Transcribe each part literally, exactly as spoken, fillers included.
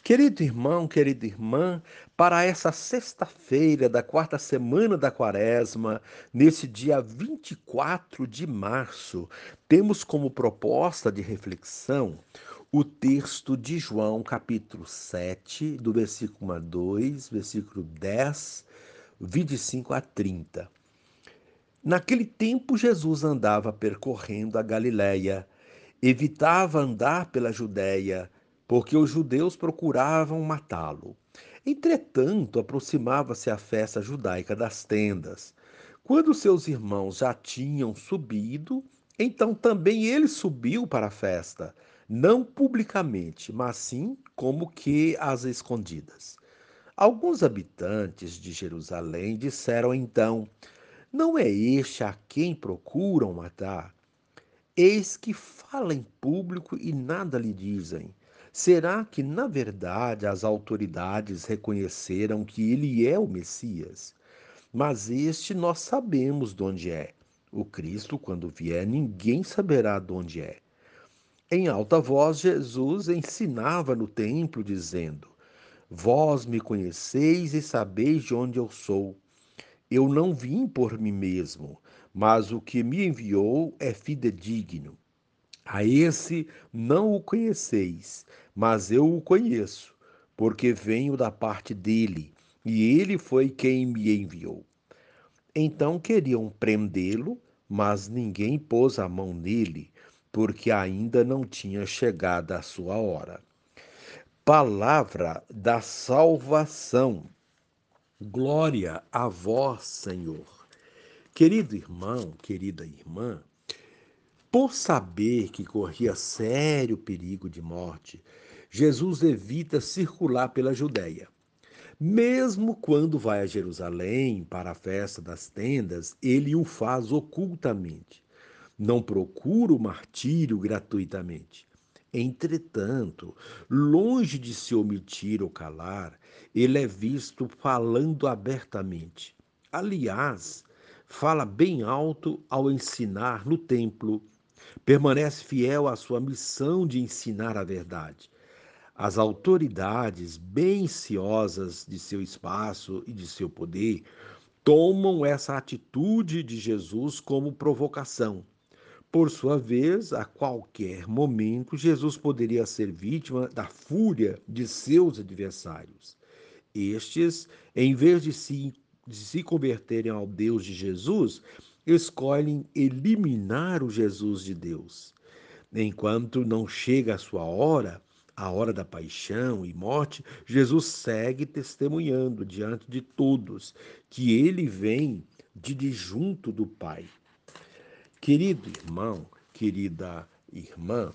Querido irmão, querida irmã, para essa sexta-feira da quarta semana da Quaresma, nesse dia vinte e quatro de março, temos como proposta de reflexão o texto de João, capítulo sete, do versículo um a dois, versículo dez, vinte e cinco a trinta. Naquele tempo, Jesus andava percorrendo a Galiléia, evitava andar pela Judéia, porque os judeus procuravam matá-lo. Entretanto, aproximava-se a festa judaica das tendas. Quando seus irmãos já tinham subido, então também ele subiu para a festa, não publicamente, mas sim como que às escondidas. Alguns habitantes de Jerusalém disseram então: Não é este a quem procuram matar? Eis que fala em público e nada lhe dizem. Será que, na verdade, as autoridades reconheceram que ele é o Messias? Mas este nós sabemos de onde é. O Cristo, quando vier, ninguém saberá de onde é. Em alta voz, Jesus ensinava no templo, dizendo: Vós me conheceis e sabeis de onde eu sou. Eu não vim por mim mesmo, mas o que me enviou é fidedigno. A esse não o conheceis, mas eu o conheço, porque venho da parte dele, e ele foi quem me enviou. Então queriam prendê-lo, mas ninguém pôs a mão nele, porque ainda não tinha chegado a sua hora. Palavra da salvação. Glória a vós, Senhor. Querido irmão, querida irmã, por saber que corria sério perigo de morte, Jesus evita circular pela Judéia. Mesmo quando vai a Jerusalém para a festa das tendas, ele o faz ocultamente. Não procura o martírio gratuitamente. Entretanto, longe de se omitir ou calar, ele é visto falando abertamente. Aliás, fala bem alto ao ensinar no templo, permanece fiel à sua missão de ensinar a verdade. As autoridades, bem ciosas de seu espaço e de seu poder, tomam essa atitude de Jesus como provocação. Por sua vez, a qualquer momento, Jesus poderia ser vítima da fúria de seus adversários. Estes, em vez de se, de se converterem ao Deus de Jesus, escolhem eliminar o Jesus de Deus. Enquanto não chega a sua hora, a hora da paixão e morte, Jesus segue testemunhando diante de todos que ele vem de, de junto do Pai. Querido irmão, querida irmã,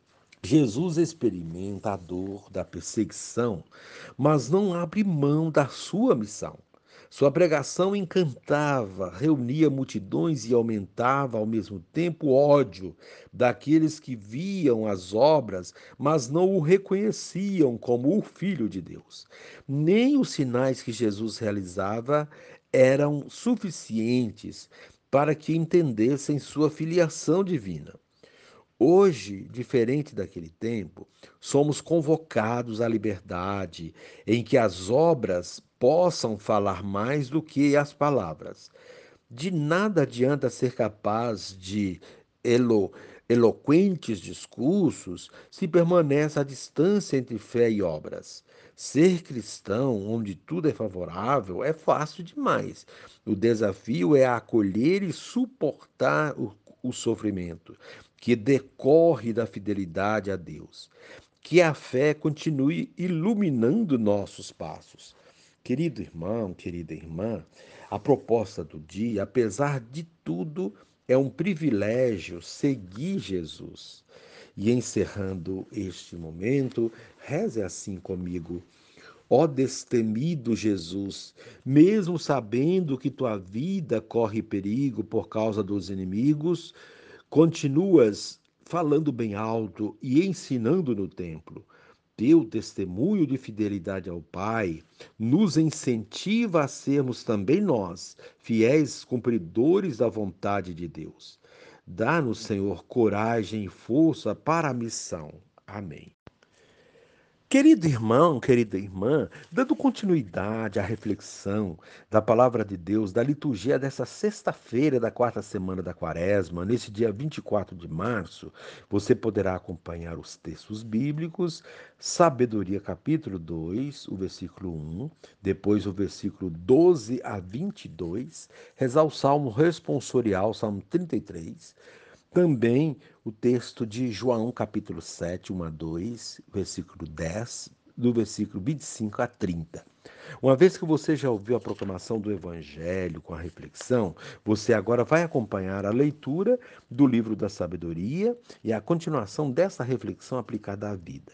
Jesus experimenta a dor da perseguição, mas não abre mão da sua missão. Sua pregação encantava, reunia multidões e aumentava ao mesmo tempo o ódio daqueles que viam as obras, mas não o reconheciam como o Filho de Deus. Nem os sinais que Jesus realizava eram suficientes para que entendessem sua filiação divina. Hoje, diferente daquele tempo, somos convocados à liberdade, em que as obras possam falar mais do que as palavras. De nada adianta ser capaz de elo, eloquentes discursos se permanece a distância entre fé e obras. Ser cristão, onde tudo é favorável, é fácil demais. O desafio é acolher e suportar o, o sofrimento que decorre da fidelidade a Deus. Que a fé continue iluminando nossos passos. Querido irmão, querida irmã, a proposta do dia, apesar de tudo, é um privilégio seguir Jesus. E encerrando este momento, reze assim comigo. Ó destemido Jesus, mesmo sabendo que tua vida corre perigo por causa dos inimigos, continuas falando bem alto e ensinando no templo. Teu testemunho de fidelidade ao Pai nos incentiva a sermos também nós, fiéis cumpridores da vontade de Deus. Dá-nos, Senhor, coragem e força para a missão. Amém. Querido irmão, querida irmã, dando continuidade à reflexão da palavra de Deus, da liturgia dessa sexta-feira da quarta semana da Quaresma, nesse dia vinte e quatro de março, você poderá acompanhar os textos bíblicos, Sabedoria capítulo dois, o versículo um, depois o versículo doze a vinte e dois, rezar o Salmo responsorial, Salmo trinta e três, também o texto de João, capítulo sete, um a dois, versículo dez, do versículo vinte e cinco a trinta. Uma vez que você já ouviu a proclamação do Evangelho com a reflexão, você agora vai acompanhar a leitura do livro da sabedoria e a continuação dessa reflexão aplicada à vida.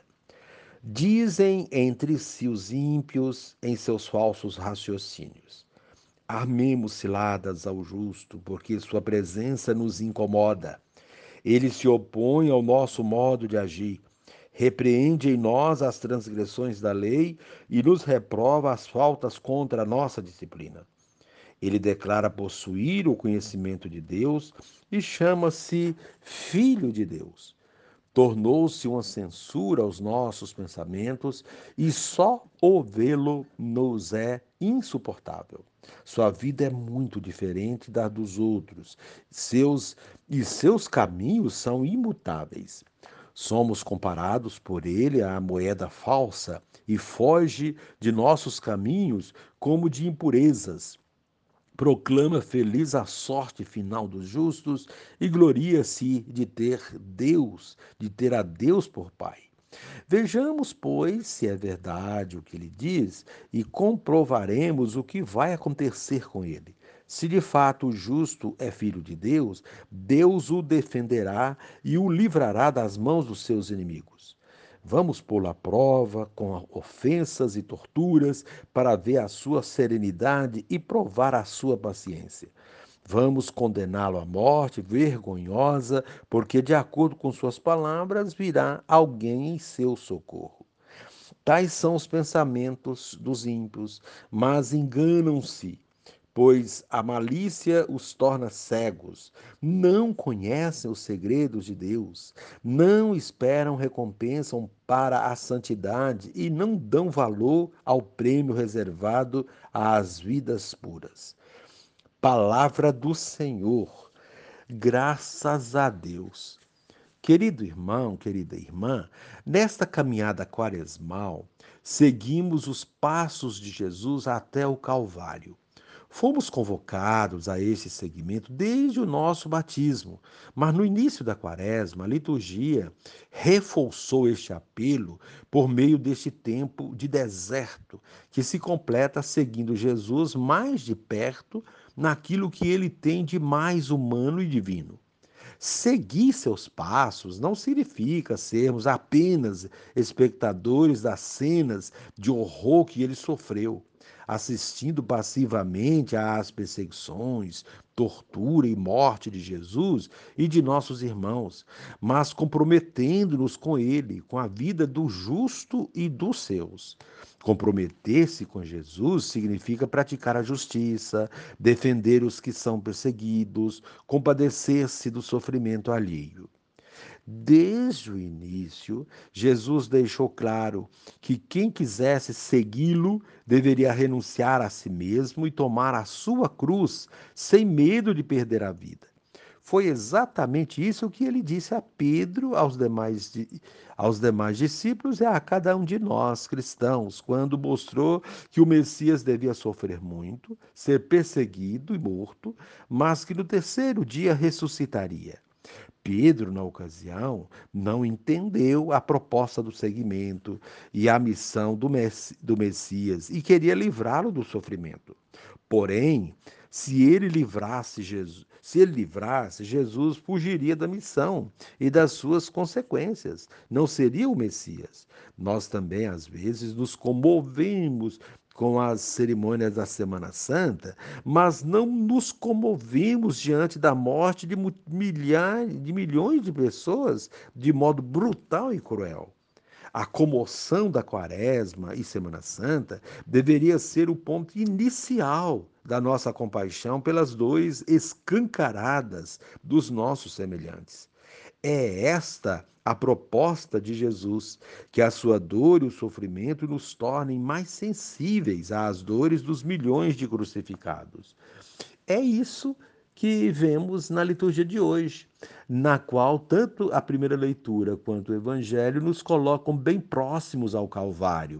Dizem entre si os ímpios em seus falsos raciocínios: armemos ciladas ao justo, porque sua presença nos incomoda. Ele se opõe ao nosso modo de agir, repreende em nós as transgressões da lei e nos reprova as faltas contra a nossa disciplina. Ele declara possuir o conhecimento de Deus e chama-se Filho de Deus. Tornou-se uma censura aos nossos pensamentos e só ouvi-lo nos é insuportável. Sua vida é muito diferente da dos outros, seus e seus caminhos são imutáveis. Somos comparados por ele à moeda falsa e foge de nossos caminhos como de impurezas. Proclama feliz a sorte final dos justos e gloria-se de ter Deus, de ter a Deus por Pai. Vejamos, pois, se é verdade o que ele diz e comprovaremos o que vai acontecer com ele. Se de fato o justo é filho de Deus, Deus o defenderá e o livrará das mãos dos seus inimigos. Vamos pô-lo à prova com ofensas e torturas para ver a sua serenidade e provar a sua paciência. Vamos condená-lo à morte vergonhosa, porque, de acordo com suas palavras, virá alguém em seu socorro. Tais são os pensamentos dos ímpios, mas enganam-se, pois a malícia os torna cegos. Não conhecem os segredos de Deus, não esperam recompensa para a santidade e não dão valor ao prêmio reservado às vidas puras. Palavra do Senhor. Graças a Deus. Querido irmão, querida irmã, nesta caminhada quaresmal, seguimos os passos de Jesus até o Calvário. Fomos convocados a este segmento desde o nosso batismo, mas no início da quaresma, a liturgia reforçou este apelo por meio deste tempo de deserto, que se completa seguindo Jesus mais de perto naquilo que ele tem de mais humano e divino. Seguir seus passos não significa sermos apenas espectadores das cenas de horror que ele sofreu, assistindo passivamente às perseguições, tortura e morte de Jesus e de nossos irmãos, mas comprometendo-nos com ele, com a vida do justo e dos seus. Comprometer-se com Jesus significa praticar a justiça, defender os que são perseguidos, compadecer-se do sofrimento alheio. Desde o início, Jesus deixou claro que quem quisesse segui-lo deveria renunciar a si mesmo e tomar a sua cruz sem medo de perder a vida. Foi exatamente isso que ele disse a Pedro, aos demais, aos demais discípulos e a cada um de nós, cristãos, quando mostrou que o Messias devia sofrer muito, ser perseguido e morto, mas que no terceiro dia ressuscitaria. Pedro, na ocasião, não entendeu a proposta do seguimento e a missão do, Messi, do Messias e queria livrá-lo do sofrimento. Porém, se ele livrasse Jesus, se ele livrasse, Jesus fugiria da missão e das suas consequências. Não seria o Messias. Nós também, às vezes, nos comovemos com as cerimônias da Semana Santa, mas não nos comovemos diante da morte de milhares, de milhões de pessoas de modo brutal e cruel. A comoção da Quaresma e Semana Santa deveria ser o ponto inicial da nossa compaixão pelas dores escancaradas dos nossos semelhantes. É esta a proposta de Jesus, que a sua dor e o sofrimento nos tornem mais sensíveis às dores dos milhões de crucificados. É isso que vemos na liturgia de hoje, na qual tanto a primeira leitura quanto o evangelho nos colocam bem próximos ao Calvário.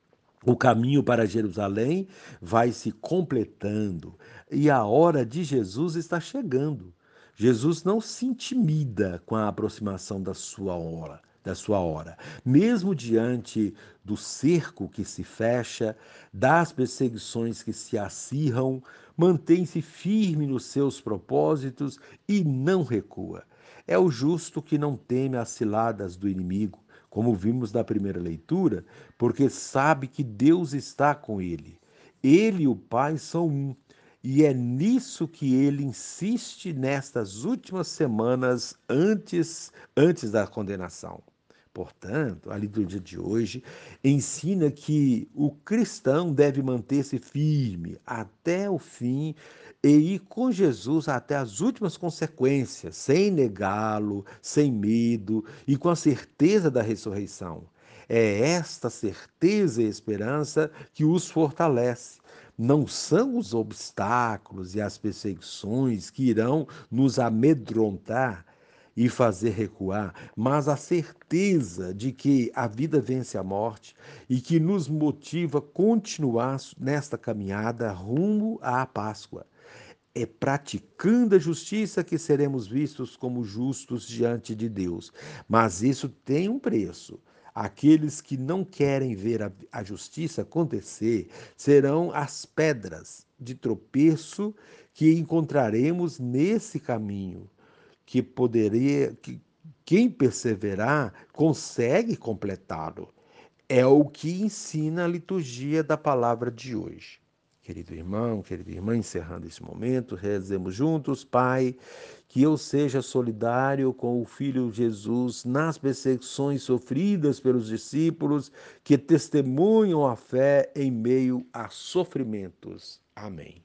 O caminho para Jerusalém vai se completando e a hora de Jesus está chegando. Jesus não se intimida com a aproximação da sua hora, da sua hora. Mesmo diante do cerco que se fecha, das perseguições que se acirram, mantém-se firme nos seus propósitos e não recua. É o justo que não teme as ciladas do inimigo, como vimos na primeira leitura, porque sabe que Deus está com ele. Ele e o Pai são um. E é nisso que ele insiste nestas últimas semanas antes, antes da condenação. Portanto, a liturgia de hoje ensina que o cristão deve manter-se firme até o fim e ir com Jesus até as últimas consequências, sem negá-lo, sem medo e com a certeza da ressurreição. É esta certeza e esperança que os fortalece. Não são os obstáculos e as perseguições que irão nos amedrontar e fazer recuar, mas a certeza de que a vida vence a morte e que nos motiva a continuar nesta caminhada rumo à Páscoa. É praticando a justiça que seremos vistos como justos diante de Deus. Mas isso tem um preço. Aqueles que não querem ver a, a justiça acontecer serão as pedras de tropeço que encontraremos nesse caminho, que poderia, que quem perseverar consegue completá-lo. É o que ensina a liturgia da palavra de hoje. Querido irmão, querida irmã, encerrando esse momento, rezemos juntos, Pai, que eu seja solidário com o Filho Jesus nas perseguições sofridas pelos discípulos que testemunham a fé em meio a sofrimentos. Amém.